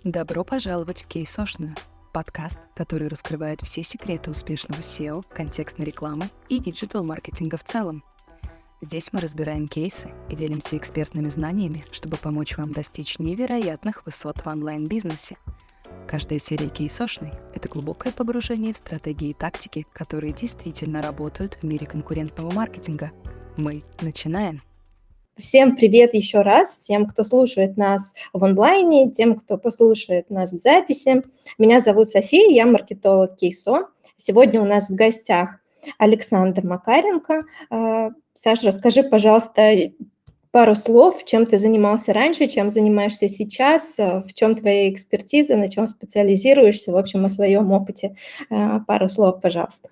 Добро пожаловать в Кейсошную, подкаст, который раскрывает все секреты успешного SEO, контекстной рекламы и диджитал-маркетинга в целом. Здесь мы разбираем кейсы и делимся экспертными знаниями, чтобы помочь вам достичь невероятных высот в онлайн-бизнесе. Каждая серия Кейсошной — это глубокое погружение в стратегии и тактики, которые действительно работают в мире конкурентного маркетинга. Мы начинаем! Всем привет еще раз, тем, кто слушает нас в онлайне, тем, кто послушает нас в записи. Меня зовут София, я маркетолог Кейсо. Сегодня у нас в гостях Александр Макаренко. Саша, расскажи, пожалуйста, пару слов, чем ты занимался раньше, чем занимаешься сейчас, в чем твоя экспертиза, на чем специализируешься, в общем, о своем опыте. Пару слов, пожалуйста.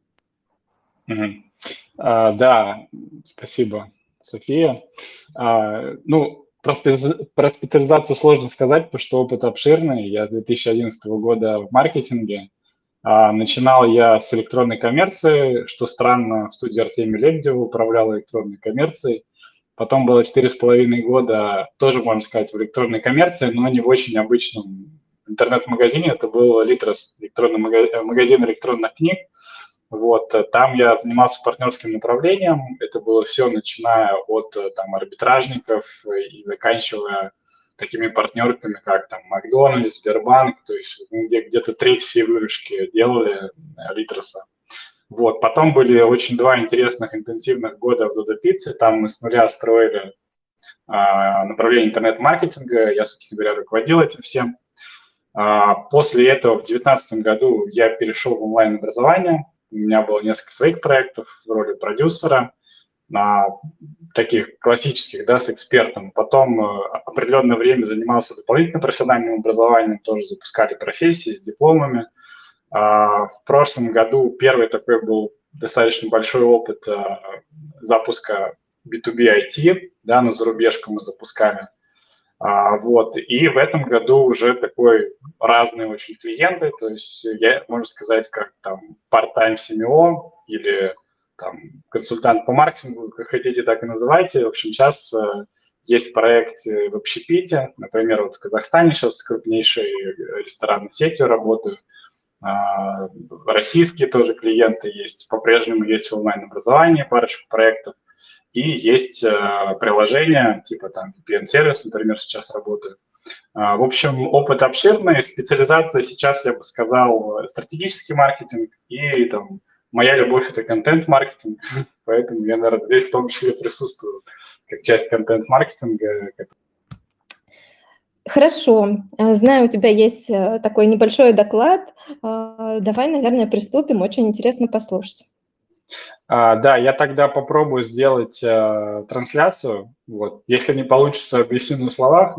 Да, спасибо, София. Про специализацию сложно сказать, потому что опыт обширный. Я с 2011 года в маркетинге. Начинал я с электронной коммерции, что странно, в студии Артемия Лебедева управлял электронной коммерцией. Потом было 4,5 года, тоже, можно сказать, в электронной коммерции, но не в очень обычном интернет-магазине. Это был Литрес, электронный магазин электронных книг. Вот, там я занимался партнерским направлением. Это было все, начиная от арбитражников и заканчивая такими партнерками, как Макдональдс, Сбербанк, то есть где-то треть всей выручки делали Литреса. Вот, потом были очень два интересных интенсивных года в Додо Пицце. Там мы с нуля строили направление интернет-маркетинга. Я, собственно говоря, руководил этим всем. После этого в 2019 году я перешел в онлайн-образование. У меня было несколько своих проектов в роли продюсера, таких классических, с экспертом. Потом определенное время занимался дополнительным профессиональным образованием, тоже запускали профессии с дипломами. В прошлом году первый такой был достаточно большой опыт запуска B2B IT, на зарубежку мы запускали. И в этом году уже такой разные очень клиенты, то есть я, можно сказать, как part-time CMO или консультант по маркетингу, как хотите, так и называйте. В общем, сейчас есть проект в общепите, например, в Казахстане сейчас с крупнейшей ресторанной сетью работаю. Российские тоже клиенты есть, по-прежнему есть в онлайн-образовании парочку проектов. И есть приложения, типа VPN-сервис, например, сейчас работаю. В общем, опыт обширный, специализация сейчас, я бы сказал, стратегический маркетинг, и моя любовь – это контент-маркетинг, поэтому я, наверное, здесь в том числе присутствую как часть контент-маркетинга. Хорошо. Знаю, у тебя есть такой небольшой доклад. Давай, наверное, приступим. Очень интересно послушать. Да, я тогда попробую сделать трансляцию. Вот. Если не получится, объясню на словах.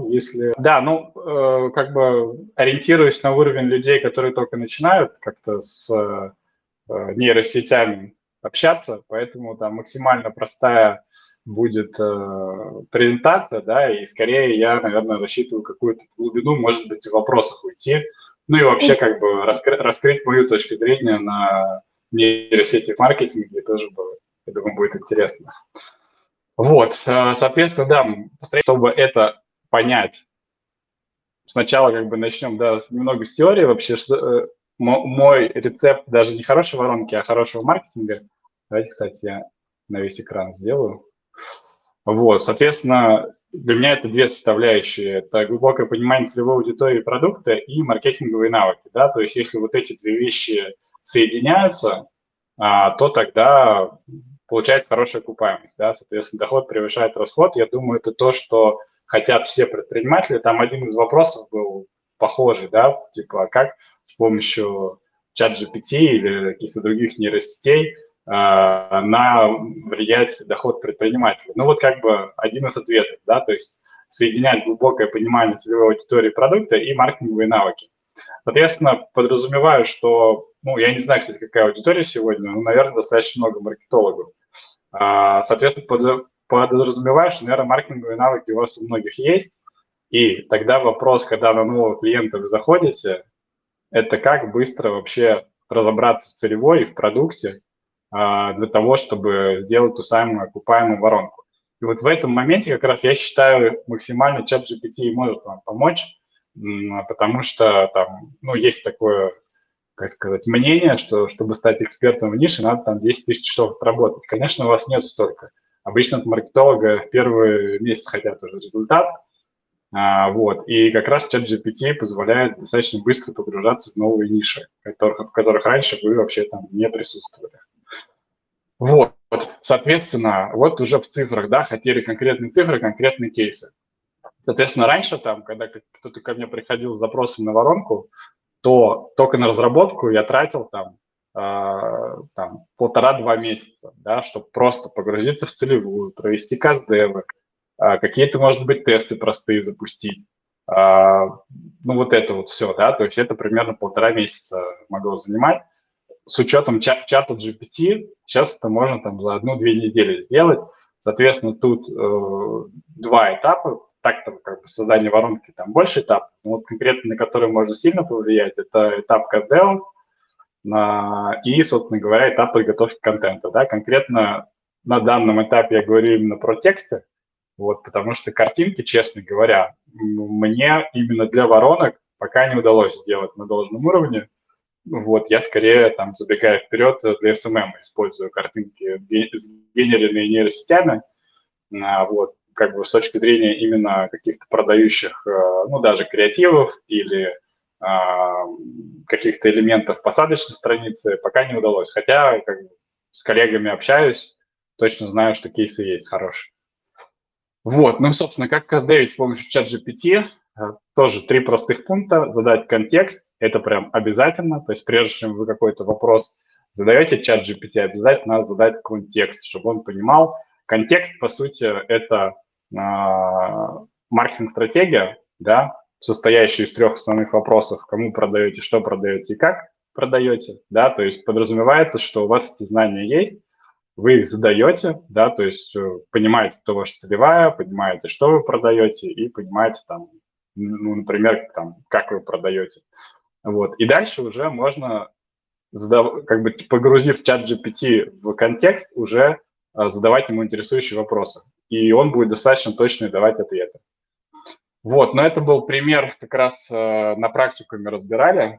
Ориентируясь на уровень людей, которые только начинают как-то с нейросетями общаться, поэтому максимально простая будет презентация, и скорее я, наверное, рассчитываю какую-то глубину, может быть, в вопросах уйти. Ну и вообще раскрыть мою точку зрения на нейросети в маркетинге тоже, я думаю, будет интересно. Вот, соответственно, чтобы это понять, сначала начнем, немного с теории вообще, что мой рецепт даже не хорошей воронки, а хорошего маркетинга. Давайте, кстати, я на весь экран сделаю. Вот, соответственно, для меня это две составляющие. Это глубокое понимание целевой аудитории продукта и маркетинговые навыки, То есть если вот эти две вещи соединяются, то тогда получается хорошая окупаемость, Соответственно, доход превышает расход. Я думаю, это то, что хотят все предприниматели. Там один из вопросов был похожий, типа как с помощью ChatGPT или каких-то других нейросетей на влиять доход предпринимателя. Один из ответов, то есть соединять глубокое понимание целевой аудитории продукта и маркетинговые навыки. Соответственно, подразумеваю, что, я не знаю, кстати, какая аудитория сегодня, наверное, достаточно много маркетологов. Соответственно, подразумеваю, что, наверное, маркетинговые навыки у вас у многих есть. И тогда вопрос, когда на нового клиента вы заходите, это как быстро вообще разобраться в целевой и в продукте для того, чтобы сделать ту самую окупаемую воронку. И вот в этом моменте как раз я считаю максимально ChatGPT может вам помочь, потому что там, ну, есть такое, как сказать, мнение, что чтобы стать экспертом в нише, надо там 10 тысяч часов отработать. Конечно, у вас нет столько. Обычно от маркетолога в первый месяц хотят уже результат, вот. И как раз ChatGPT позволяет достаточно быстро погружаться в новые ниши, в которых раньше вы вообще там не присутствовали. Вот, соответственно, вот уже в цифрах, да, хотели конкретные цифры, конкретные кейсы. Соответственно, раньше там, когда кто-то ко мне приходил с запросом на воронку, то только на разработку я тратил там 1,5-2 месяца, да, чтобы просто погрузиться в целевую, провести каздевы, какие-то, может быть, тесты простые запустить. Ну, вот это вот все, да, то есть это примерно 1,5 месяца могло занимать. С учетом чата GPT сейчас это можно там за 1-2 недели сделать. Соответственно, тут 2 этапа. Так там как бы создание воронки там больше этапов. Но вот конкретно на который можно сильно повлиять, это этап каздева и, собственно говоря, этап подготовки контента. Да? Конкретно на данном этапе я говорю именно про тексты, вот, потому что картинки, честно говоря, мне именно для воронок пока не удалось сделать на должном уровне. Вот, я скорее, там, забегая вперед, для SMM использую картинки, сгенеренные нейросетями, вот, как бы с точки зрения именно каких-то продающих, ну, даже креативов или каких-то элементов посадочной страницы пока не удалось. Хотя, как бы, с коллегами общаюсь, точно знаю, что кейсы есть хорошие. Вот, ну, собственно, как каздевить с помощью ChatGPT, тоже 3 простых пункта. Задать контекст, это прям обязательно. То есть прежде чем вы какой-то вопрос задаете ChatGPT, обязательно надо задать какой-нибудь текст, чтобы он понимал. Контекст, по сути, это маркетинг-стратегия, да, состоящая из 3 основных вопросов: кому продаете, что продаете и как продаете, да, то есть подразумевается, что у вас эти знания есть, вы их задаете, да, то есть понимаете, кто ваша целевая, понимаете, что вы продаете, и понимаете, там, ну, например, там, как вы продаете. Вот. И дальше уже можно, как бы погрузив чат GPT в контекст, уже задавать ему интересующие вопросы. И он будет достаточно точно давать ответы. Вот, но это был пример, как раз на практикуме разбирали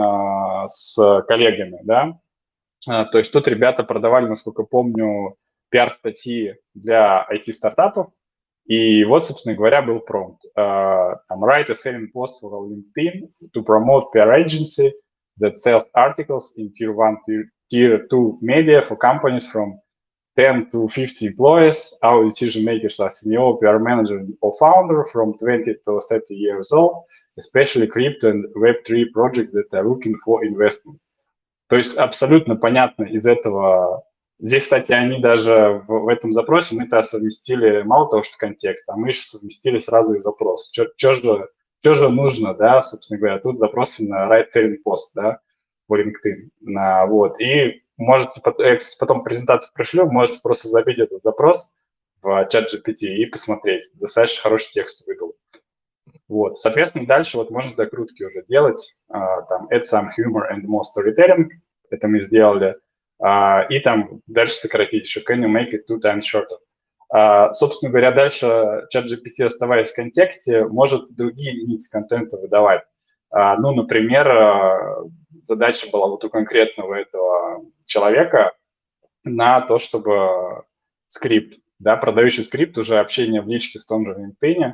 с коллегами, да. То есть тут ребята продавали, насколько помню, пиар-статьи для IT-стартапов, и вот, собственно говоря, был промпт. Write a selling post for LinkedIn to promote PR agency that sells articles in Tier 1, Tier 2 media for companies from 10 to 50 employees. Our decision makers are CEO, PR manager, or founder from 20 to 30 years old, especially crypto and Web3 projects that are looking for investment. То есть абсолютно понятно из этого. Здесь, кстати, они даже в этом запросе мы-то совместили мало того, что контекст, а мы еще совместили сразу и запрос. Что же нужно, да, собственно говоря. Тут запрос на write selling post, да, в LinkedIn. Вот. И можете, я потом презентацию пришлю, можете просто забить этот запрос в чат GPT и посмотреть. Достаточно хороший текст выдал. Вот, соответственно, дальше вот можно докрутки уже делать, там, add some humor and more storytelling, это мы сделали, и там дальше сократить еще, can you make it 2 times shorter. Собственно говоря, дальше ChatGPT, оставаясь в контексте, может другие единицы контента выдавать. Ну, например, задача была вот у конкретного этого человека на то, чтобы скрипт, да, продающий скрипт, уже общение в личке в том же LinkedIn,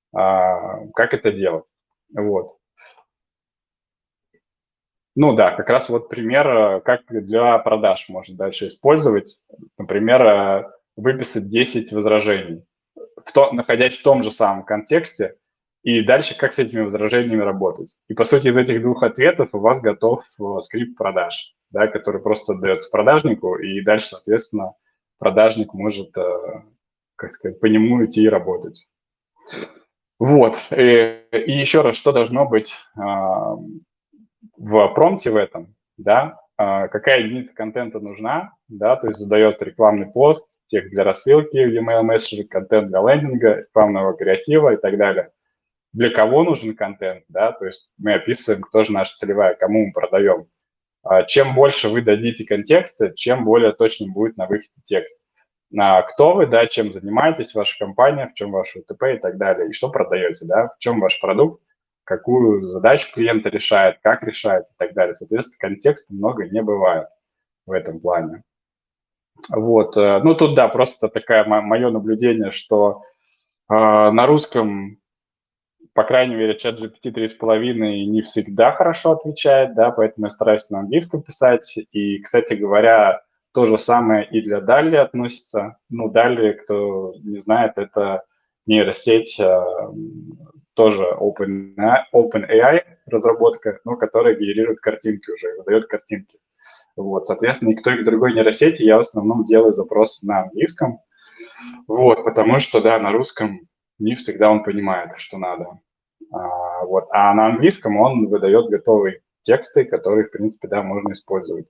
как это делать. Вот. Ну да, как раз вот пример, как для продаж можно дальше использовать. Например, выписать 10 возражений, находясь в том же самом контексте, и дальше как с этими возражениями работать. И, по сути, из этих 2 ответов у вас готов скрипт продаж, да, который просто отдается продажнику, и дальше, соответственно, продажник может, как сказать, по нему идти и работать. Вот. И еще раз, что должно быть в промпте в этом, да, какая единица контента нужна, да, то есть задает рекламный пост, текст для рассылки в email мессенджер, контент для лендинга, рекламного креатива и так далее. Для кого нужен контент, да, то есть мы описываем, кто же наша целевая, кому мы продаем. Чем больше вы дадите контекста, чем более точным будет на выходе текст. Кто вы, да, чем занимаетесь, ваша компания, в чем ваш УТП и так далее, и что продаете, да, в чем ваш продукт. какую задачу клиента решает, как решает и так далее. Соответственно, контекста много не бывает в этом плане. Вот, ну тут, да, просто такое мое наблюдение, что на русском, по крайней мере, ChatGPT 3.5 не всегда хорошо отвечает, да, поэтому я стараюсь на английском писать. И, кстати говоря, то же самое и для DALL-E относится. Ну, DALL-E, кто не знает, это нейросеть, тоже OpenAI разработка, но которая генерирует картинки уже, выдает картинки. Вот, соответственно, никто и к другой нейросети я в основном делаю запросы на английском, вот, потому что, да, на русском не всегда он понимает, что надо. Вот, а на английском он выдает готовые тексты, которые, в принципе, да, можно использовать.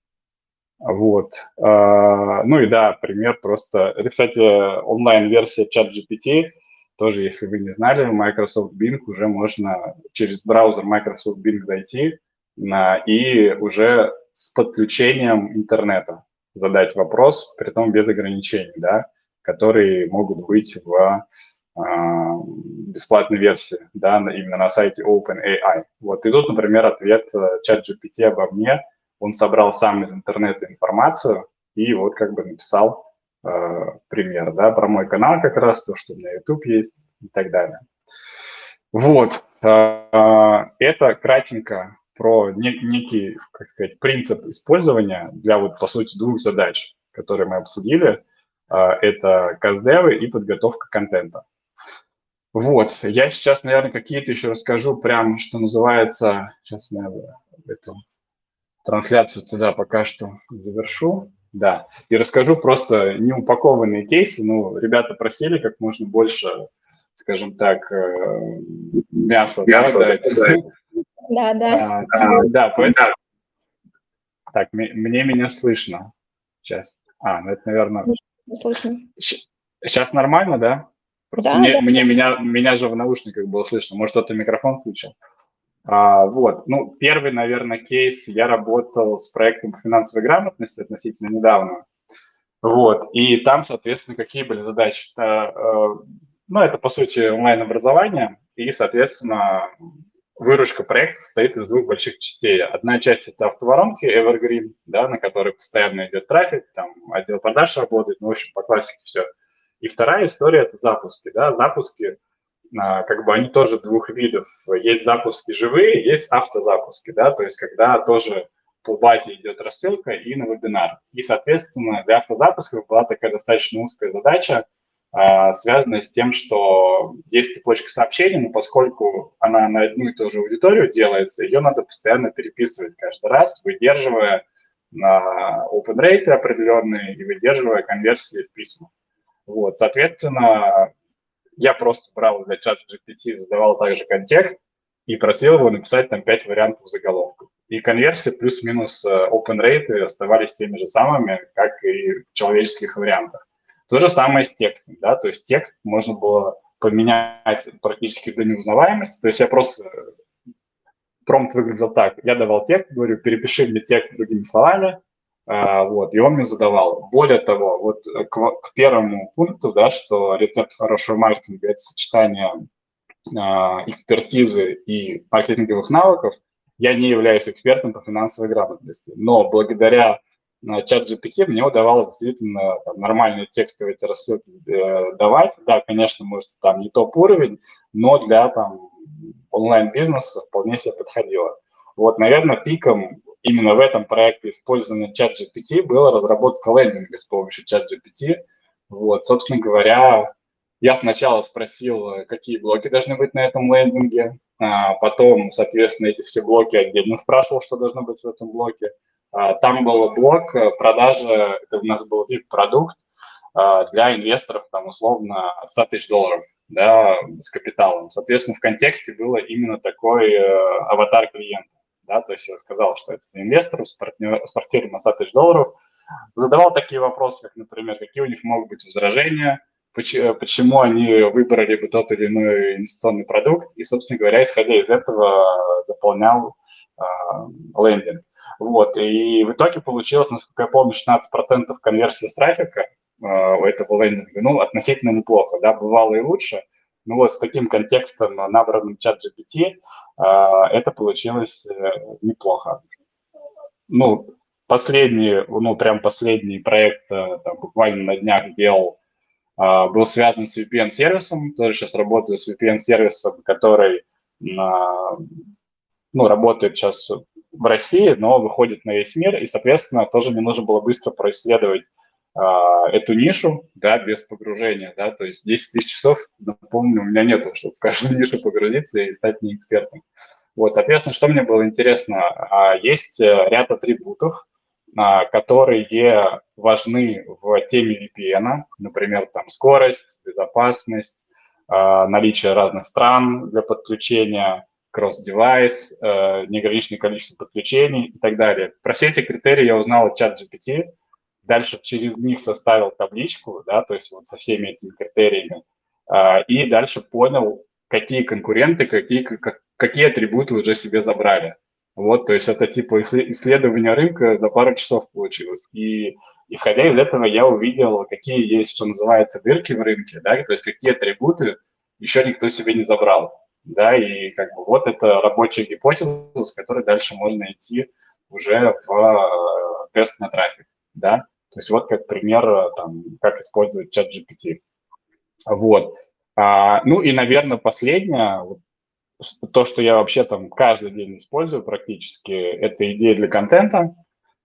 Вот. Ну и да, пример просто... Это, кстати, онлайн-версия ChatGPT. Тоже, если вы не знали, в Microsoft Bing уже можно через браузер Microsoft Bing зайти и уже с подключением интернета задать вопрос, при том без ограничений, да, которые могут быть в бесплатной версии, да, именно на сайте OpenAI. Вот. И тут, например, ответ ChatGPT обо мне. Он собрал сам из интернета информацию и вот как бы написал пример, да, про мой канал как раз, то, что у меня YouTube есть и так далее. Вот. Это кратенько про некий, как сказать, принцип использования для вот, по сути, двух задач, которые мы обсудили. Это каздевы и подготовка контента. Вот. Я сейчас, наверное, какие-то еще расскажу, прям, что называется, сейчас, наверное, эту трансляцию тогда пока что завершу. Да, и расскажу просто неупакованные кейсы. Ну, ребята просили как можно больше, скажем так, мяса дать. Да. Да, поэтому... Так, меня слышно сейчас. Ну это, наверное... Не слышно. Сейчас нормально, да? Просто меня же в наушниках было слышно. Может, кто-то микрофон включил? Вот, ну, первый, наверное, кейс, я работал с проектом по финансовой грамотности относительно недавно, вот, и там, соответственно, какие были задачи? Ну, это, по сути, онлайн-образование, и, соответственно, выручка проекта состоит из двух больших частей. Одна часть – это автоворонки Evergreen, да, на которой постоянно идет трафик, там отдел продаж работает, ну, в общем, по классике все. И вторая история – это запуски, да, запуски, как бы они тоже двух видов. Есть запуски живые, есть автозапуски, да, то есть когда тоже по базе идет рассылка и на вебинар. И, соответственно, для автозапусков была такая достаточно узкая задача, связанная с тем, что есть цепочка сообщений, но поскольку она на одну и ту же аудиторию делается, ее надо постоянно переписывать каждый раз, выдерживая open rate определенные и выдерживая конверсии в письма. Вот, соответственно, я просто брал для ChatGPT, задавал также контекст и просил его написать там 5 вариантов заголовков. И конверсии плюс-минус open rate оставались теми же самыми, как и в человеческих вариантах. То же самое с текстом, да, то есть текст можно было поменять практически до неузнаваемости, то есть я просто... Промпт выглядел так, я давал текст, говорю, перепиши мне текст другими словами, вот, и он мне задавал. Более того, вот к первому пункту, да, что рецепт хорошего маркетинга – это сочетание экспертизы и маркетинговых навыков, я не являюсь экспертом по финансовой грамотности, но благодаря ChatGPT мне удавалось действительно там, нормальные текстовые эти рассылки давать. Да, конечно, может, там не топ-уровень, но для там, онлайн-бизнеса вполне себе подходило. Вот, наверное, пиком именно в этом проекте использования ChatGPT была разработка лендинга с помощью ChatGPT. Вот, собственно говоря, я сначала спросил, какие блоки должны быть на этом лендинге, потом, соответственно, эти все блоки отдельно спрашивал, что должно быть в этом блоке. Там был блок продажи, это у нас был VIP-продукт для инвесторов, там, условно, от 100 тысяч долларов, да, с капиталом. Соответственно, в контексте было именно такой аватар клиента, да, то есть я сказал, что это инвестор с портфелем на 100 тысяч долларов, задавал такие вопросы, как, например, какие у них могут быть возражения, почему они выбрали бы тот или иной инвестиционный продукт, и, собственно говоря, исходя из этого заполнял лендинг. Вот, и в итоге получилось, насколько я помню, 16% конверсии с трафика у этого лендинга, ну, относительно неплохо, да, бывало и лучше, Ну вот с таким контекстом, набранным ChatGPT, это получилось неплохо. Ну, прям последний проект, там, буквально на днях делал, был связан с VPN-сервисом, тоже сейчас работаю с VPN-сервисом, который, работает сейчас в России, но выходит на весь мир, и, соответственно, тоже мне нужно было быстро происследовать эту нишу, да, без погружения, да, то есть 10 тысяч часов, напомню, у меня нету, чтобы в каждую нишу погрузиться и стать не экспертом. Вот, соответственно, что мне было интересно, есть ряд атрибутов, которые важны в теме VPN, например, там скорость, безопасность, наличие разных стран для подключения, кросс-девайс, неограниченное количество подключений и так далее. Про все эти критерии я узнал от ChatGPT, дальше через них составил табличку, да, то есть вот со всеми этими критериями, и дальше понял, какие конкуренты, какие атрибуты уже себе забрали. Вот, то есть это типа исследование рынка за пару часов получилось. И исходя из этого я увидел, какие есть, что называется, дырки в рынке, да, то есть какие атрибуты еще никто себе не забрал, да, и как бы вот это рабочая гипотеза, с которой дальше можно идти уже в тест на трафик, да. То есть вот как пример, там, как использовать ChatGPT. Вот. Ну и, наверное, последнее, то, что я вообще там каждый день использую практически, это идеи для контента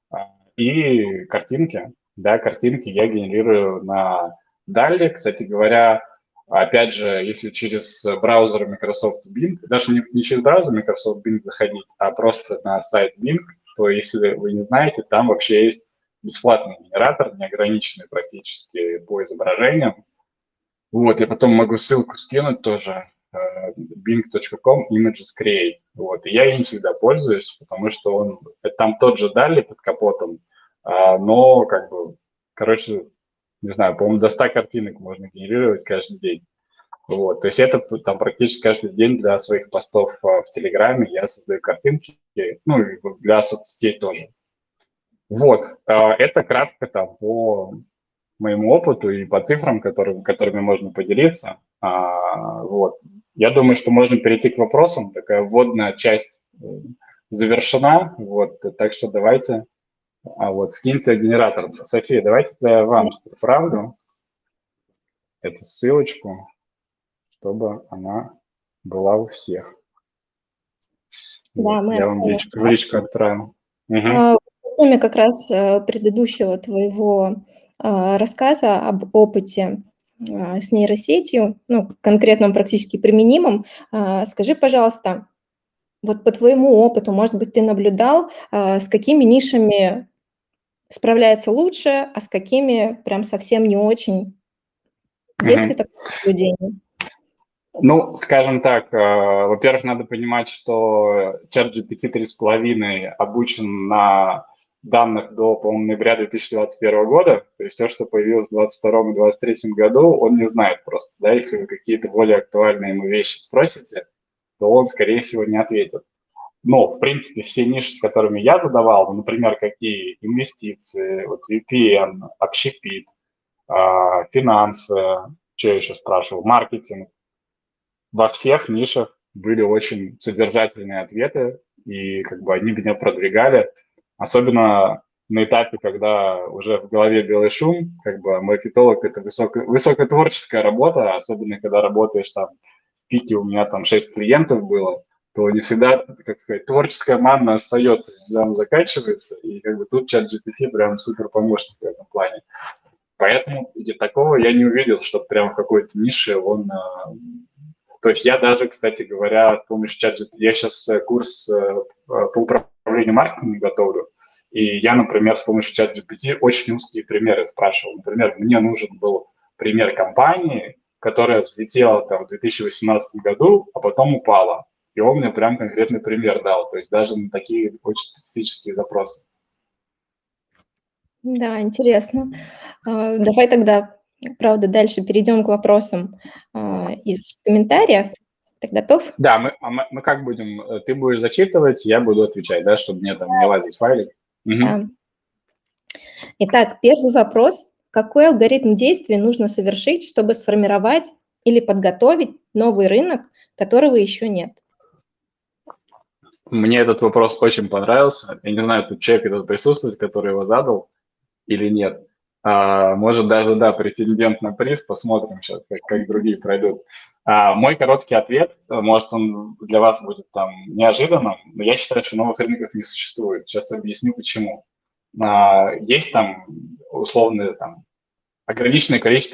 и картинки. Да, картинки я генерирую на DALL-E. Кстати говоря, опять же, если через браузер Microsoft Bing, даже не через браузер Microsoft Bing заходить, а просто на сайт Bing, то если вы не знаете, там вообще есть бесплатный генератор, неограниченный практически по изображениям. Вот, я потом могу ссылку скинуть тоже, bing.com images create. Вот, и я им всегда пользуюсь, потому что там тот же DALL-E под капотом, но как бы, короче, не знаю, по-моему, до 100 картинок можно генерировать каждый день. Вот, то есть это там практически каждый день для своих постов в Телеграме я создаю картинки, ну и для соцсетей тоже. Вот, это кратко там по моему опыту и по цифрам, которыми можно поделиться. Вот. Я думаю, что можно перейти к вопросам. Такая вводная часть завершена. Вот. Так что давайте скиньте генератор. София, давайте я вам правду эту ссылочку, чтобы она была у всех. Да, я вам в личку отправил. В теме как раз предыдущего твоего рассказа об опыте с нейросетью, ну, конкретном практически применимом, скажи, пожалуйста, вот по твоему опыту, может быть, ты наблюдал, с какими нишами справляется лучше, а с какими прям совсем не очень? Есть ли такое наблюдение? Ну, скажем так, во-первых, надо понимать, что ChatGPT 3.5 обучен на данных до, по-моему, ноября 2021 года, то есть все, что появилось в 2022 и 2023 году, он не знает просто, да, если вы какие-то более актуальные ему вещи спросите, то он, скорее всего, не ответит. Но, в принципе, все ниши, с которыми я задавал, например, какие инвестиции, вот VPN, общепит, финансы, что я еще спрашивал, маркетинг, во всех нишах были очень содержательные ответы, и как бы они меня продвигали, особенно на этапе, когда уже в голове белый шум, как бы маркетолог – это высокотворческая работа, особенно когда работаешь там, в пике у меня там 6 клиентов было, то не всегда, как сказать, творческая манна остается, когда она заканчивается, и как бы тут ChatGPT прям супер помощник в этом плане. Поэтому такого я не увидел, что прям в какой-то нише он... То есть я даже, кстати говоря, с помощью ChatGPT, я сейчас курс по управлению маркетингом готовлю, и я, например, с помощью ChatGPT очень узкие примеры спрашивал. Например, мне нужен был пример компании, которая взлетела там в 2018 году, а потом упала. И он мне прям конкретный пример дал. То есть даже на такие очень специфические запросы. Да, интересно. Давай тогда, правда, дальше перейдем к вопросам из комментариев. Ты готов? Да, мы как будем? Ты будешь зачитывать, я буду отвечать, да, чтобы мне там не лазить файлик. Да. Итак, первый вопрос. Какой алгоритм действий нужно совершить, чтобы сформировать или подготовить новый рынок, которого еще нет? Мне этот вопрос очень понравился. Я не знаю, тут человек этот присутствует, который его задал или нет. Может даже, да, претендент на приз. Посмотрим сейчас, как другие пройдут. Мой короткий ответ, может, он для вас будет там неожиданным, но я считаю, что новых рынков не существует. Сейчас объясню, почему. Есть там условные там ограниченное количество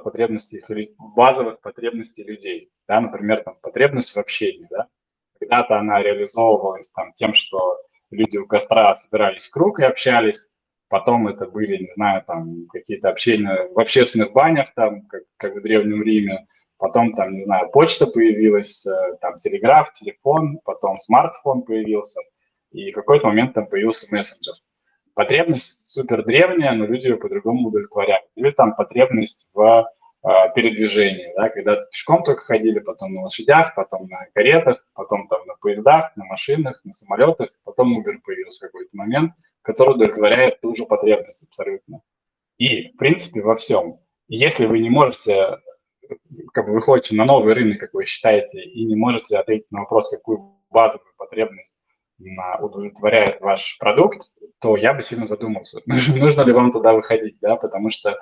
базовых потребностей людей, да, например, там, потребность в общении, да. Когда-то она реализовывалась там тем, что люди у костра собирались в круг и общались, потом это были, не знаю, там какие-то общения в общественных банях, там, как в Древнем Риме, потом там, не знаю, почта появилась, там телеграф, телефон, потом смартфон появился, и в какой-то момент там появился мессенджер. Потребность супер древняя, но люди ее по-другому удовлетворяют. Или там потребность в передвижении, да, когда пешком только ходили, потом на лошадях, потом на каретах, потом там на поездах, на машинах, на самолетах, потом Uber появился в какой-то момент, который удовлетворяет ту же потребность абсолютно. И, в принципе, во всем. Если вы не можете, как бы вы ходите на новый рынок, как вы считаете, и не можете ответить на вопрос, какую базовую потребность удовлетворяет ваш продукт, то я бы сильно задумался, нужно ли вам туда выходить, да, потому что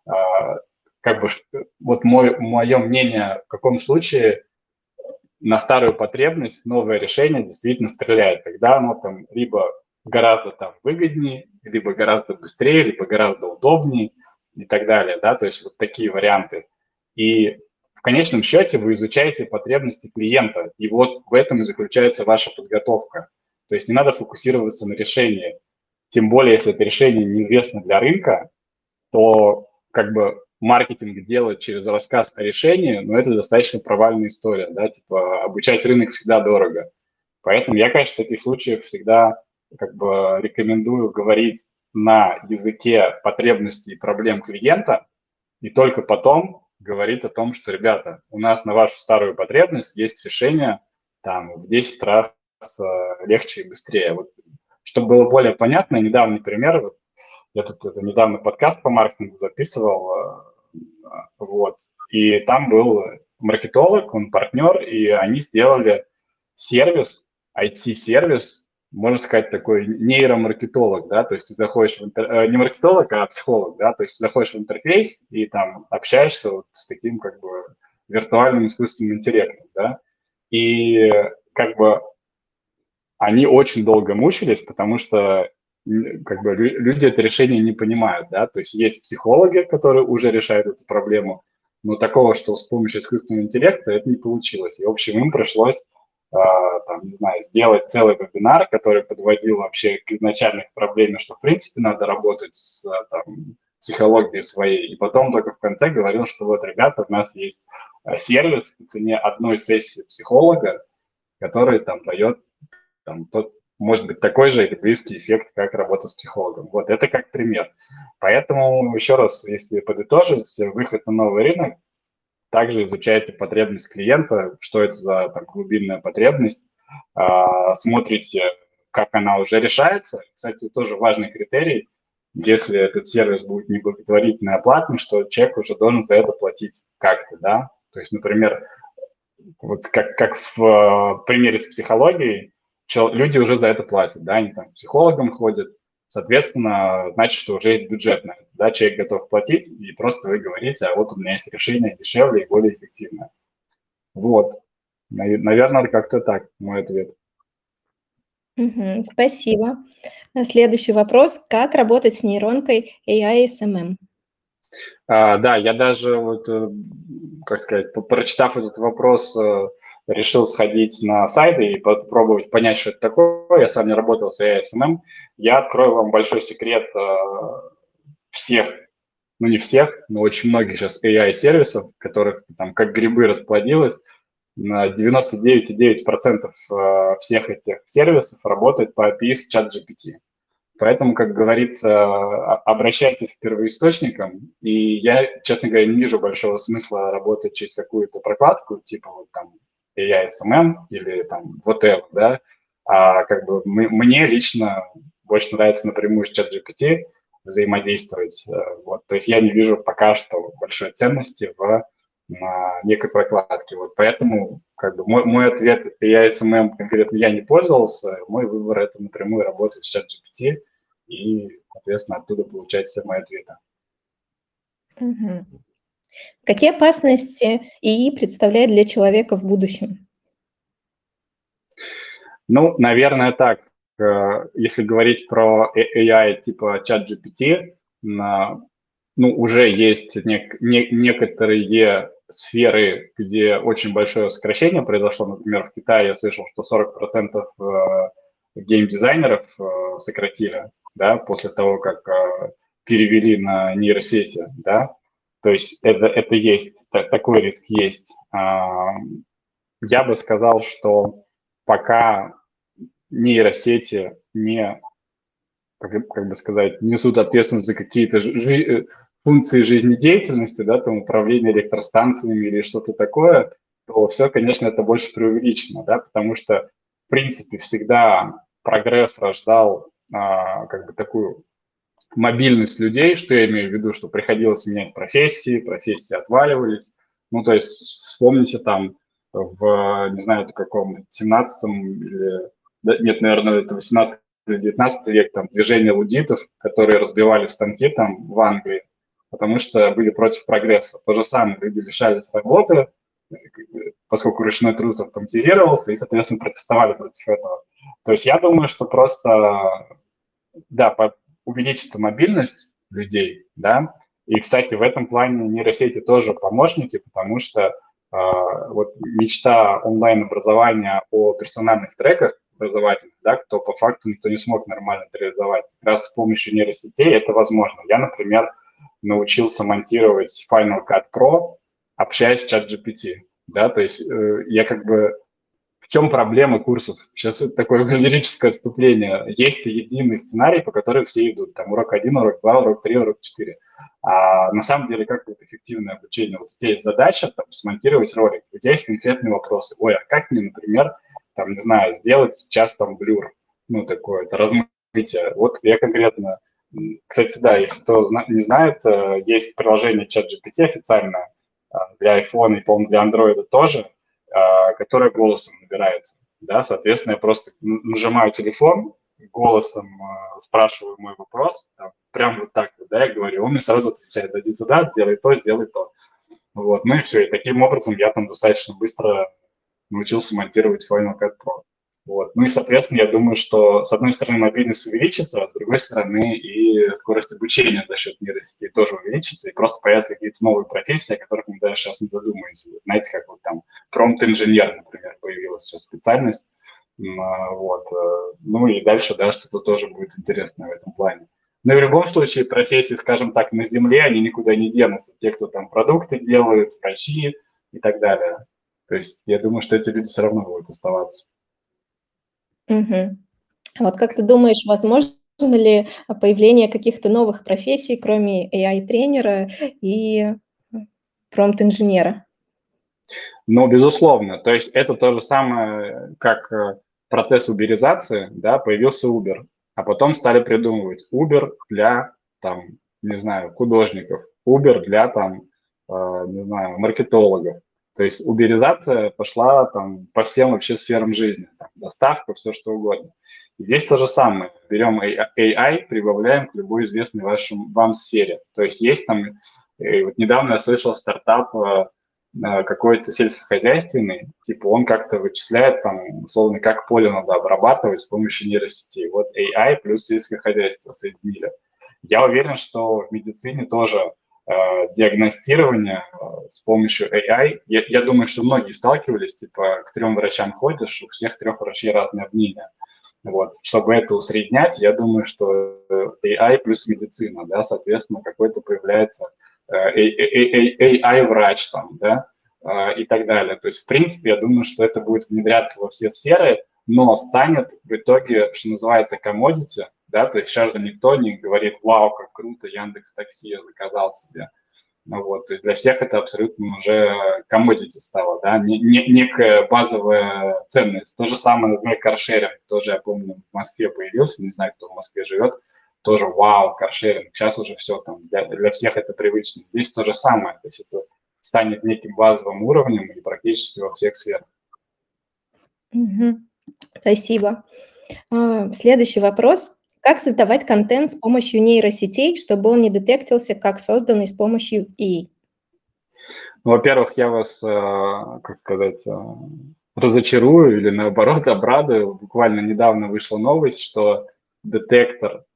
как бы вот мое мнение, в каком случае на старую потребность новое решение действительно стреляет, когда оно там либо гораздо там выгоднее, либо гораздо быстрее, либо гораздо удобнее и так далее, да, то есть вот такие варианты. И в конечном счете вы изучаете потребности клиента, и вот в этом и заключается ваша подготовка. То есть не надо фокусироваться на решении, тем более, если это решение неизвестно для рынка, то как бы маркетинг делать через рассказ о решении, но это достаточно провальная история, да, типа обучать рынок всегда дорого. Поэтому я, конечно, в таких случаях всегда как бы рекомендую говорить на языке потребностей и проблем клиента, и только потом говорить о том, что, ребята, у нас на вашу старую потребность есть решение там в 10 раз легче и быстрее. Вот, чтобы было более понятно, недавний пример, вот, я тут недавно подкаст по маркетингу записывал, вот, и там был маркетолог, он партнер, и они сделали сервис, IT-сервис, можно сказать, такой нейромаркетолог, да, то есть ты заходишь не маркетолог, а психолог, да, то есть ты заходишь в интерфейс и там общаешься вот с таким как бы виртуальным искусственным интеллектом, да, и как бы они очень долго мучились, потому что как бы люди это решение не понимают, да, то есть есть психологи, которые уже решают эту проблему, но такого, что с помощью искусственного интеллекта это не получилось. И, в общем, им пришлось, там, не знаю, сделать целый вебинар, который подводил вообще к изначальной проблеме, что, в принципе, надо работать с там, психологией своей, и потом только в конце говорил, что вот, ребята, у нас есть сервис по цене одной сессии психолога, который там дает там, тот, может быть, такой же или близкий эффект, как работа с психологом. Вот это как пример. Поэтому, еще раз, если подытожить, выход на новый рынок, также изучайте потребность клиента, что это за там, глубинная потребность, смотрите, как она уже решается. Кстати, тоже важный критерий, если этот сервис будет не благотворительный, а платный, что человек уже должен за это платить как-то, да. То есть, например, вот как в примере с психологией, люди уже за это платят, да, они там к психологам ходят, соответственно, значит, что уже есть бюджет на это, да, человек готов платить, и просто вы говорите, а вот у меня есть решение дешевле и более эффективное. Вот, наверное, как-то так, мой ответ. Спасибо. Следующий вопрос. Как работать с нейронкой AI SMM? Да, я даже, вот, как сказать, прочитав этот вопрос, решил сходить на сайты и попробовать понять, что это такое. Я сам не работал с ASMM. Я открою вам большой секрет всех, ну не всех, но очень многих сейчас AI-сервисов, которых там как грибы расплодилось. На 99,9% всех этих сервисов работает по API с ChatGPT. Поэтому, как говорится, обращайтесь к первоисточникам, и я, честно говоря, не вижу большого смысла работать через какую-то прокладку, типа вот там AI SMM или там whatever, да, как бы мне лично больше нравится напрямую с ChatGPT взаимодействовать, вот, то есть я не вижу пока что большой ценности в на некой прокладке. Вот поэтому как бы мой ответ, я SMM конкретно я не пользовался, мой выбор это напрямую работать с ChatGPT и, соответственно, оттуда получать все мои ответы. Мгм. Какие опасности ИИ представляет для человека в будущем? Ну, наверное, так. Если говорить про AI типа ChatGPT, ну, уже есть некоторые сферы, где очень большое сокращение произошло. Например, в Китае я слышал, что 40% геймдизайнеров сократили, да, после того, как перевели на нейросети, да. То есть это есть, такой риск есть. Я бы сказал, что пока нейросети не, как бы сказать, несут ответственность за какие-то функции жизнедеятельности, да, там управление электростанциями или что-то такое, то все, конечно, это больше преувеличено, да, потому что, в принципе, всегда прогресс рождал как бы такую мобильность людей, что я имею в виду, что приходилось менять профессии отваливались. Ну, то есть вспомните там не знаю, это каком 17 или... Нет, наверное, это 18 или 19 век, там, движение луддитов, которые разбивали станки там в Англии, потому что были против прогресса. То же самое, люди лишались работы, поскольку ручной труд автоматизировался, и, соответственно, протестовали против этого. То есть я думаю, что просто, да, увеличится мобильность людей, да, и, кстати, в этом плане нейросети тоже помощники, потому что вот мечта онлайн-образования о персональных треках образовательных, да, кто по факту никто не смог нормально это реализовать. Как раз с помощью нейросетей это возможно. Я, например, научился монтировать Final Cut Pro, общаясь с ChatGPT, да, то есть я как бы в чем проблема курсов? Сейчас это такое лирическое отступление. Есть единый сценарий, по которому все идут. Там урок 1, урок 2, урок 3, урок 4. А на самом деле, как будет эффективное обучение? Вот у тебя есть задача там, смонтировать ролик, у тебя есть конкретные вопросы. Ой, а как мне, например, там, не знаю, сделать сейчас там блюр? Ну, такое, это размытие. Вот я конкретно... Кстати, да, если кто не знает, есть приложение ChatGPT официальное для iPhone и, по-моему, для Android тоже, которая голосом набирается. Да, соответственно, я просто нажимаю телефон, голосом спрашиваю мой вопрос, прям вот так вот, да, я говорю, он мне сразу отвечает, зайди туда, сделай то. Вот, ну и все, и таким образом я там достаточно быстро научился монтировать Final Cut Pro. Вот. Ну и, соответственно, я думаю, что, с одной стороны, мобильность увеличится, а с другой стороны, и скорость обучения за счет нейросетей тоже увеличится, и просто появятся какие-то новые профессии, о которых мы даже сейчас не задумываемся. Знаете, как вот там промпт-инженер, например, появилась сейчас специальность. Вот. Ну и дальше, да, что-то тоже будет интересное в этом плане. Но и в любом случае профессии, скажем так, на земле, они никуда не денутся. Те, кто там продукты делают, врачи и так далее. То есть я думаю, что эти люди все равно будут оставаться. Мгм. А вот как ты думаешь, возможно ли появление каких-то новых профессий, кроме AI-тренера и промпт-инженера? Ну, безусловно. То есть это то же самое, как процесс уберизации, да, появился Uber, а потом стали придумывать Uber для, там, не знаю, художников, Uber для, там, не знаю, маркетологов. То есть уберизация пошла там по всем вообще сферам жизни, там, доставка, все что угодно. И здесь то же самое. Берем AI, прибавляем к любой известной вам сфере. То есть там, вот недавно я слышал стартап, какой-то сельскохозяйственный, типа он как-то вычисляет там, условно, как поле надо обрабатывать с помощью нейросетей. Вот AI плюс сельское хозяйство соединили. Я уверен, что в медицине тоже диагностирование с помощью AI, я думаю, что многие сталкивались, типа к 3 врачам ходишь, у всех 3 врачей разное мнение. Вот. Чтобы это усреднять, я думаю, что AI плюс медицина, да, соответственно, какой-то появляется AI-врач там, да, и так далее. То есть, в принципе, я думаю, что это будет внедряться во все сферы, но станет в итоге, что называется, commodity, да, то есть сейчас же никто не говорит, вау, как круто, Яндекс.Такси я заказал себе. Ну, вот, то есть для всех это абсолютно уже commodity стало, да, некая базовая ценность. То же самое, например, каршеринг, тоже, я помню, в Москве появился, не знаю, кто в Москве живет, тоже вау, каршеринг, сейчас уже все там, для всех это привычно. Здесь то же самое, то есть это станет неким базовым уровнем и практически во всех сферах. Спасибо. Следующий вопрос. Как создавать контент с помощью нейросетей, чтобы он не детектился как созданный с помощью ИИ? Ну, во-первых, я вас, разочарую или, наоборот, обрадую. Буквально недавно вышла новость, что детектор,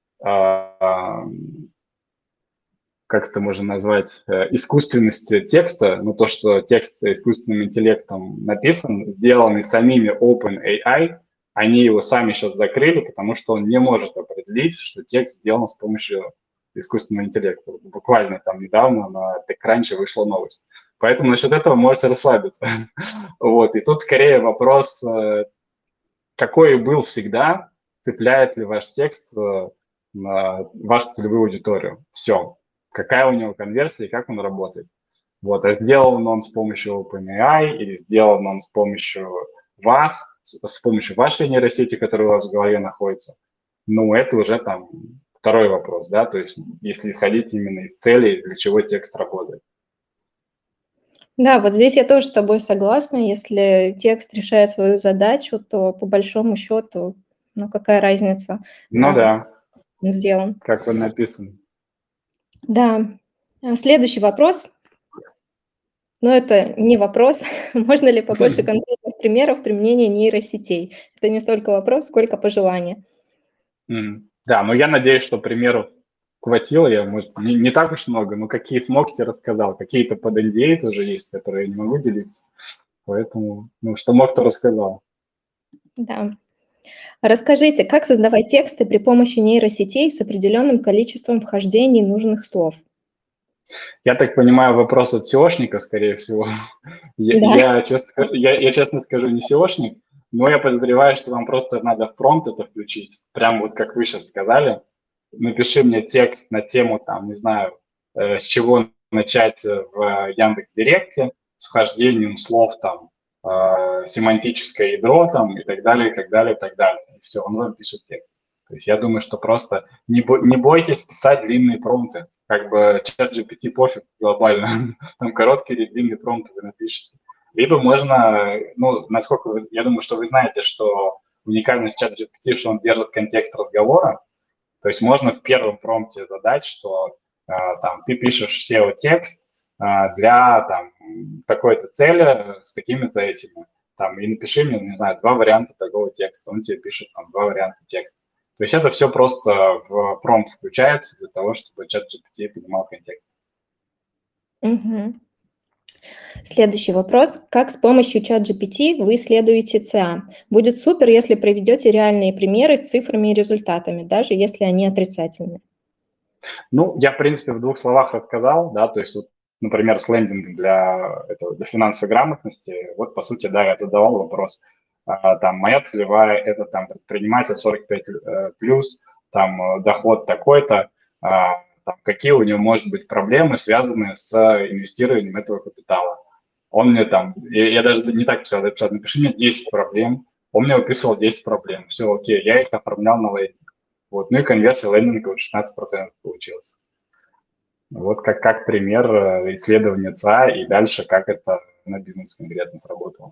как это можно назвать, искусственности текста, ну, то, что текст искусственным интеллектом написан, сделанный самими OpenAI, они его сами сейчас закрыли, потому что он не может определить, что текст сделан с помощью искусственного интеллекта. Буквально там недавно на TechCrunch вышла новость. Поэтому насчет этого можете расслабиться. Вот. И тут скорее вопрос, какой был всегда, цепляет ли ваш текст на вашу целевую аудиторию. Все. Какая у него конверсия и как он работает. Вот. А сделан он с помощью OpenAI или сделан он с помощью вас, с помощью вашей нейросети, которая у вас в голове находится, ну, это уже там второй вопрос, да, то есть если исходить именно из целей, для чего текст работает. Да, вот здесь я тоже с тобой согласна. Если текст решает свою задачу, то по большому счету, ну какая разница, Ну как да, он сделан. как он написан. Да. Следующий вопрос. Но это не вопрос. Можно ли побольше конкретных примеров применения нейросетей? Это не столько вопрос, сколько пожелание. Да, но я надеюсь, что примеров хватило. Я, может, не так уж много, но какие смог, те рассказал. Какие-то под NDA тоже есть, которые я не могу делиться. Поэтому, ну, что мог, то рассказал. Да. Расскажите, как создавать тексты при помощи нейросетей с определенным количеством вхождений нужных слов? Я так понимаю, вопрос от SEOшника, скорее всего. Да. Я честно скажу, не SEOшник, но я подозреваю, что вам просто надо в промпт это включить. Прям вот как вы сейчас сказали. Напиши мне текст на тему, там, не знаю, с чего начать в Яндекс.Директе, с вхождением слов, там, семантическое ядро, там, и так далее, и так далее, и так далее. И все, он вам пишет текст. То есть я думаю, что просто не бойтесь писать длинные промпты. Как бы ChatGPT пофиг глобально. Там короткий или длинный промпт вы напишите. Либо можно, ну, насколько я думаю, что вы знаете, что уникальность ChatGPT, что он держит контекст разговора. То есть можно в первом промпте задать, что там ты пишешь SEO-текст для там какой-то цели с такими-то этими. Там, и напиши мне, не знаю, 2 варианта такого текста. Он тебе пишет там 2 варианта текста. То есть это все просто в промпт включается для того, чтобы ChatGPT понимал контекст. Следующий вопрос. Как с помощью ChatGPT вы исследуете ЦА? Будет супер, если проведете реальные примеры с цифрами и результатами, даже если они отрицательные. Ну, я, в принципе, в 2 словах рассказал, да, то есть, вот, например, с лендингом для финансовой грамотности, вот, по сути, да, я задавал вопрос, там, моя целевая – это, там, предприниматель 45 плюс, там, доход такой-то, там, какие у него, может быть, проблемы, связанные с инвестированием этого капитала. Он мне там, я даже не так писал, я писал, напиши мне 10 проблем, он мне выписывал 10 проблем, все, окей, я их оформлял на лендинг. Вот. Ну и конверсия лендинга 16% получилась. Вот как пример исследования ЦА и дальше, как это на бизнес конкретно сработало.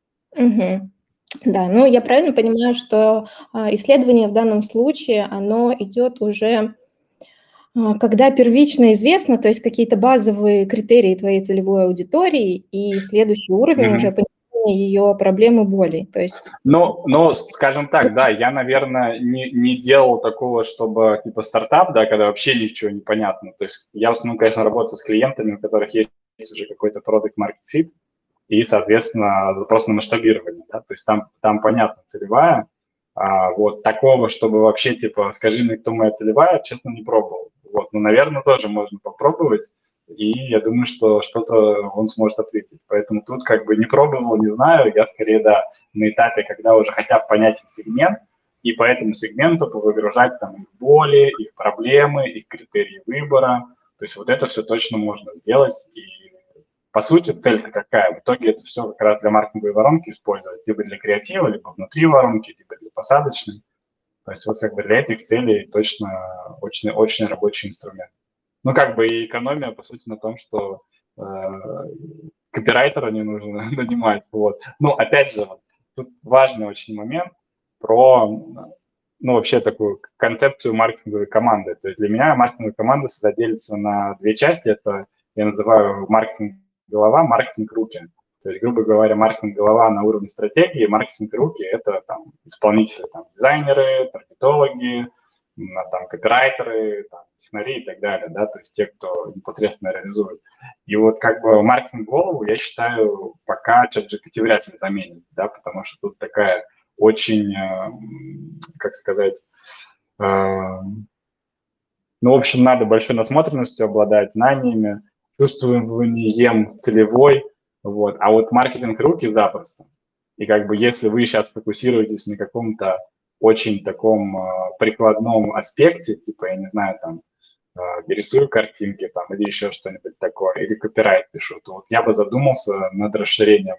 Да, ну я правильно понимаю, что исследование в данном случае, оно идет уже, когда первично известно, то есть какие-то базовые критерии твоей целевой аудитории, и следующий уровень уже понимания ее проблем и болей. То есть... Но, скажем так, да, я, наверное, не делал такого, чтобы, типа, стартап, да, когда вообще ничего не понятно. То есть я в основном, конечно, работаю с клиентами, у которых есть уже какой-то product market fit, и, соответственно, запрос на масштабирование, да, то есть там понятно целевая, вот такого, чтобы вообще, типа, скажи мне, кто моя целевая, честно, не пробовал. Вот, но, наверное, тоже можно попробовать, и я думаю, что что-то он сможет ответить. Поэтому тут как бы не пробовал, не знаю, я скорее, да, на этапе, когда уже хотя бы понятен сегмент, и по этому сегменту повыгружать там их боли, их проблемы, их критерии выбора. То есть вот это все точно можно сделать, и по сути, цель-то какая? В итоге это все как раз для маркетинговой воронки использовать, либо для креатива, либо внутри воронки, либо для посадочной. То есть вот как бы для этих целей точно очень, очень рабочий инструмент. Ну, как бы и экономия, по сути, на том, что копирайтера не нужно нанимать. Вот. Ну, опять же, тут важный очень момент про, ну, вообще такую концепцию маркетинговой команды. То есть для меня маркетинговая команда всегда делится на две части. Это я называю маркетинг-голова, маркетинг-руки. То есть, грубо говоря, маркетинг-голова на уровне стратегии, маркетинг-руки – это там исполнители, там, дизайнеры, таргетологи, там, копирайтеры, там, технари и так далее, да, то есть те, кто непосредственно реализует. И вот как бы маркетинг-голову, я считаю, пока ChatGPT вряд ли заменит, да, потому что тут такая очень, как сказать, ну, в общем, надо большой насмотренностью обладать, знаниями, чувствованием целевой, вот. А вот маркетинг руки запросто. И как бы если вы сейчас фокусируетесь на каком-то очень таком прикладном аспекте, типа, я не знаю, там, рисую картинки там или еще что-нибудь такое, или копирайт пишу, то вот я бы задумался над расширением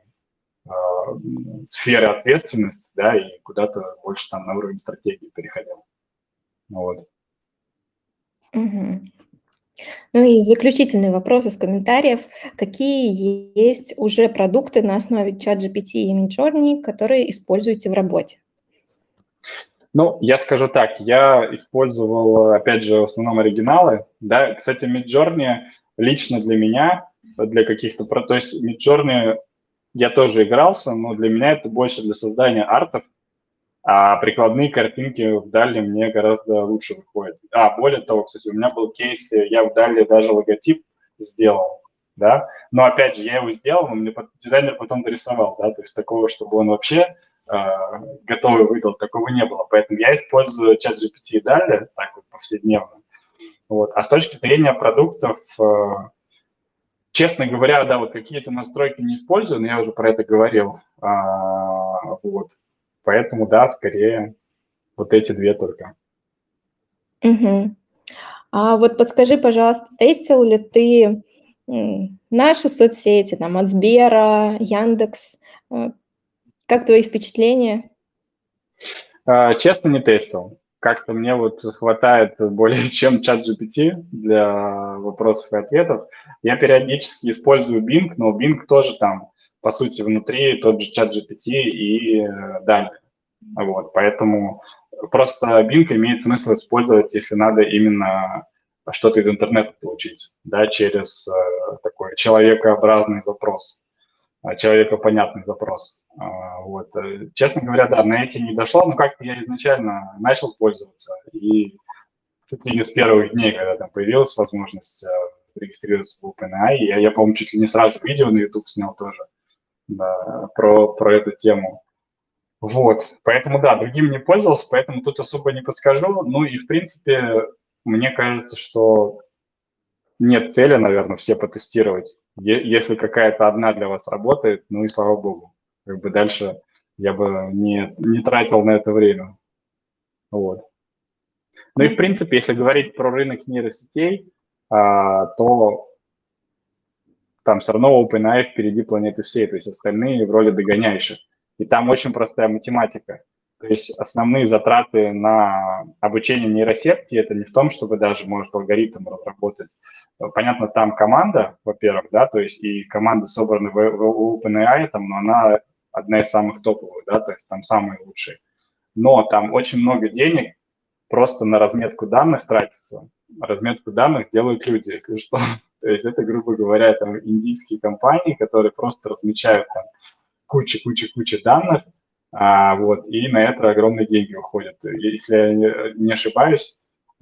сферы ответственности, да, и куда-то больше там на уровень стратегии переходил. Вот. Мгм. Ну и заключительный вопрос из комментариев. Какие есть уже продукты на основе ChatGPT и Midjourney, которые используете в работе? Ну, я скажу так, я использовал, опять же, в основном оригиналы, да, кстати, Midjourney лично для меня, для каких-то, то есть Midjourney я тоже игрался, но для меня это больше для создания артов, а прикладные картинки в Dall мне гораздо лучше выходят. Более того, кстати, у меня был кейс, я в Dall даже логотип сделал, да, но опять же, я его сделал, но мне дизайнер потом дорисовал, да, то есть такого, чтобы он вообще готовый выдал, такого не было. Поэтому я использую ChatGPT и Dall так вот повседневно. Вот. А с точки зрения продуктов, честно говоря, да, вот какие-то настройки не использую, но я уже про это говорил. Вот. Поэтому, да, скорее вот эти две только. Мгм. А вот подскажи, пожалуйста, тестил ли ты наши соцсети, там, от Сбера, Яндекс? Как твои впечатления? Честно, не тестил. Как-то мне вот хватает более чем ChatGPT для вопросов и ответов. Я периодически использую Bing, но Bing тоже там, по сути, внутри тот же ChatGPT и далее. Вот, поэтому просто Bing имеет смысл использовать, если надо именно что-то из интернета получить, да, через такой человекообразный запрос, человекопонятный запрос. Вот. Честно говоря, да, на эти не дошло, но как-то я изначально начал пользоваться, и чуть ли не с первых дней, когда там появилась возможность регистрироваться в OpenAI, я, по-моему, чуть ли не сразу видео на YouTube снял тоже, да, про эту тему. Вот, поэтому, да, другим не пользовался, поэтому тут особо не подскажу. Ну и, в принципе, мне кажется, что нет цели, наверное, все потестировать. Если какая-то одна для вас работает, ну и слава богу. Как бы дальше я бы не тратил на это время. Вот. Ну и, в принципе, если говорить про рынок нейросетей, то там все равно OpenAI впереди планеты всей, то есть остальные в роли догоняющих. И там очень простая математика. То есть основные затраты на обучение нейросетки – это не в том, чтобы даже, может, алгоритм разработать. Понятно, там команда, во-первых, да, то есть и команда собрана в OpenAI, там, но она одна из самых топовых, да, то есть там самые лучшие. Но там очень много денег просто на разметку данных тратится. Разметку данных делают люди, если что. То есть это, грубо говоря, там индийские компании, которые просто размечают там куча данных, вот, и на это огромные деньги уходят. Если я не ошибаюсь,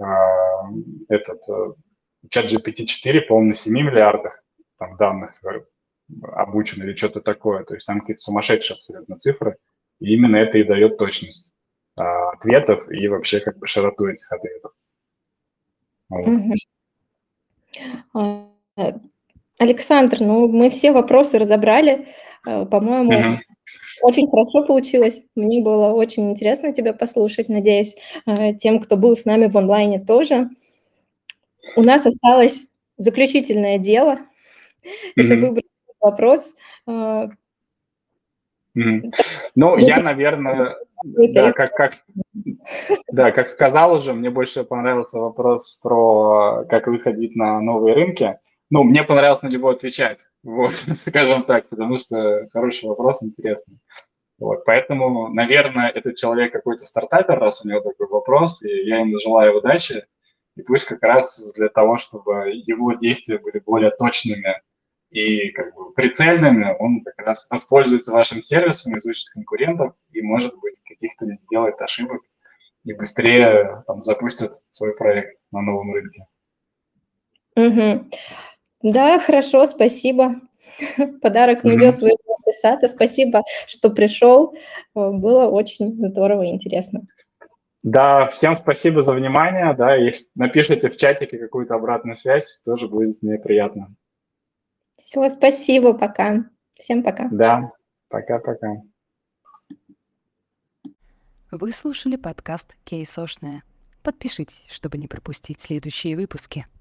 этот ChatGPT 4, по-моему, на 7 миллиардах там, данных обучен или что-то такое. То есть там какие-то сумасшедшие абсолютно цифры, и именно это и дает точность ответов и вообще как бы широту этих ответов. Вот. Александр, ну мы все вопросы разобрали. По-моему, очень хорошо получилось. Мне было очень интересно тебя послушать. Надеюсь, тем, кто был с нами в онлайне, тоже. У нас осталось заключительное дело. Это выбрать вопрос. Ну, я, наверное, как сказал уже, мне больше понравился вопрос про как выходить на новые рынки. ну, мне понравилось на него отвечать, вот, скажем так, потому что хороший вопрос, интересный. Вот, поэтому, наверное, этот человек какой-то стартапер, раз у него такой вопрос, и я ему желаю удачи, и пусть как раз для того, чтобы его действия были более точными и как бы прицельными, он как раз воспользуется вашим сервисом, изучит конкурентов и, может быть, каких-то не сделает ошибок и быстрее там, запустит свой проект на новом рынке. Мгм. Да, хорошо, спасибо. Подарок найдет своего адресата. Спасибо, что пришел. Было очень здорово и интересно. Да, всем спасибо за внимание, да, и напишите в чатике какую-то обратную связь, тоже будет мне приятно. Все, спасибо, пока. Всем пока. Да, пока-пока. Вы слушали подкаст «Кейсошная». Подпишитесь, чтобы не пропустить следующие выпуски.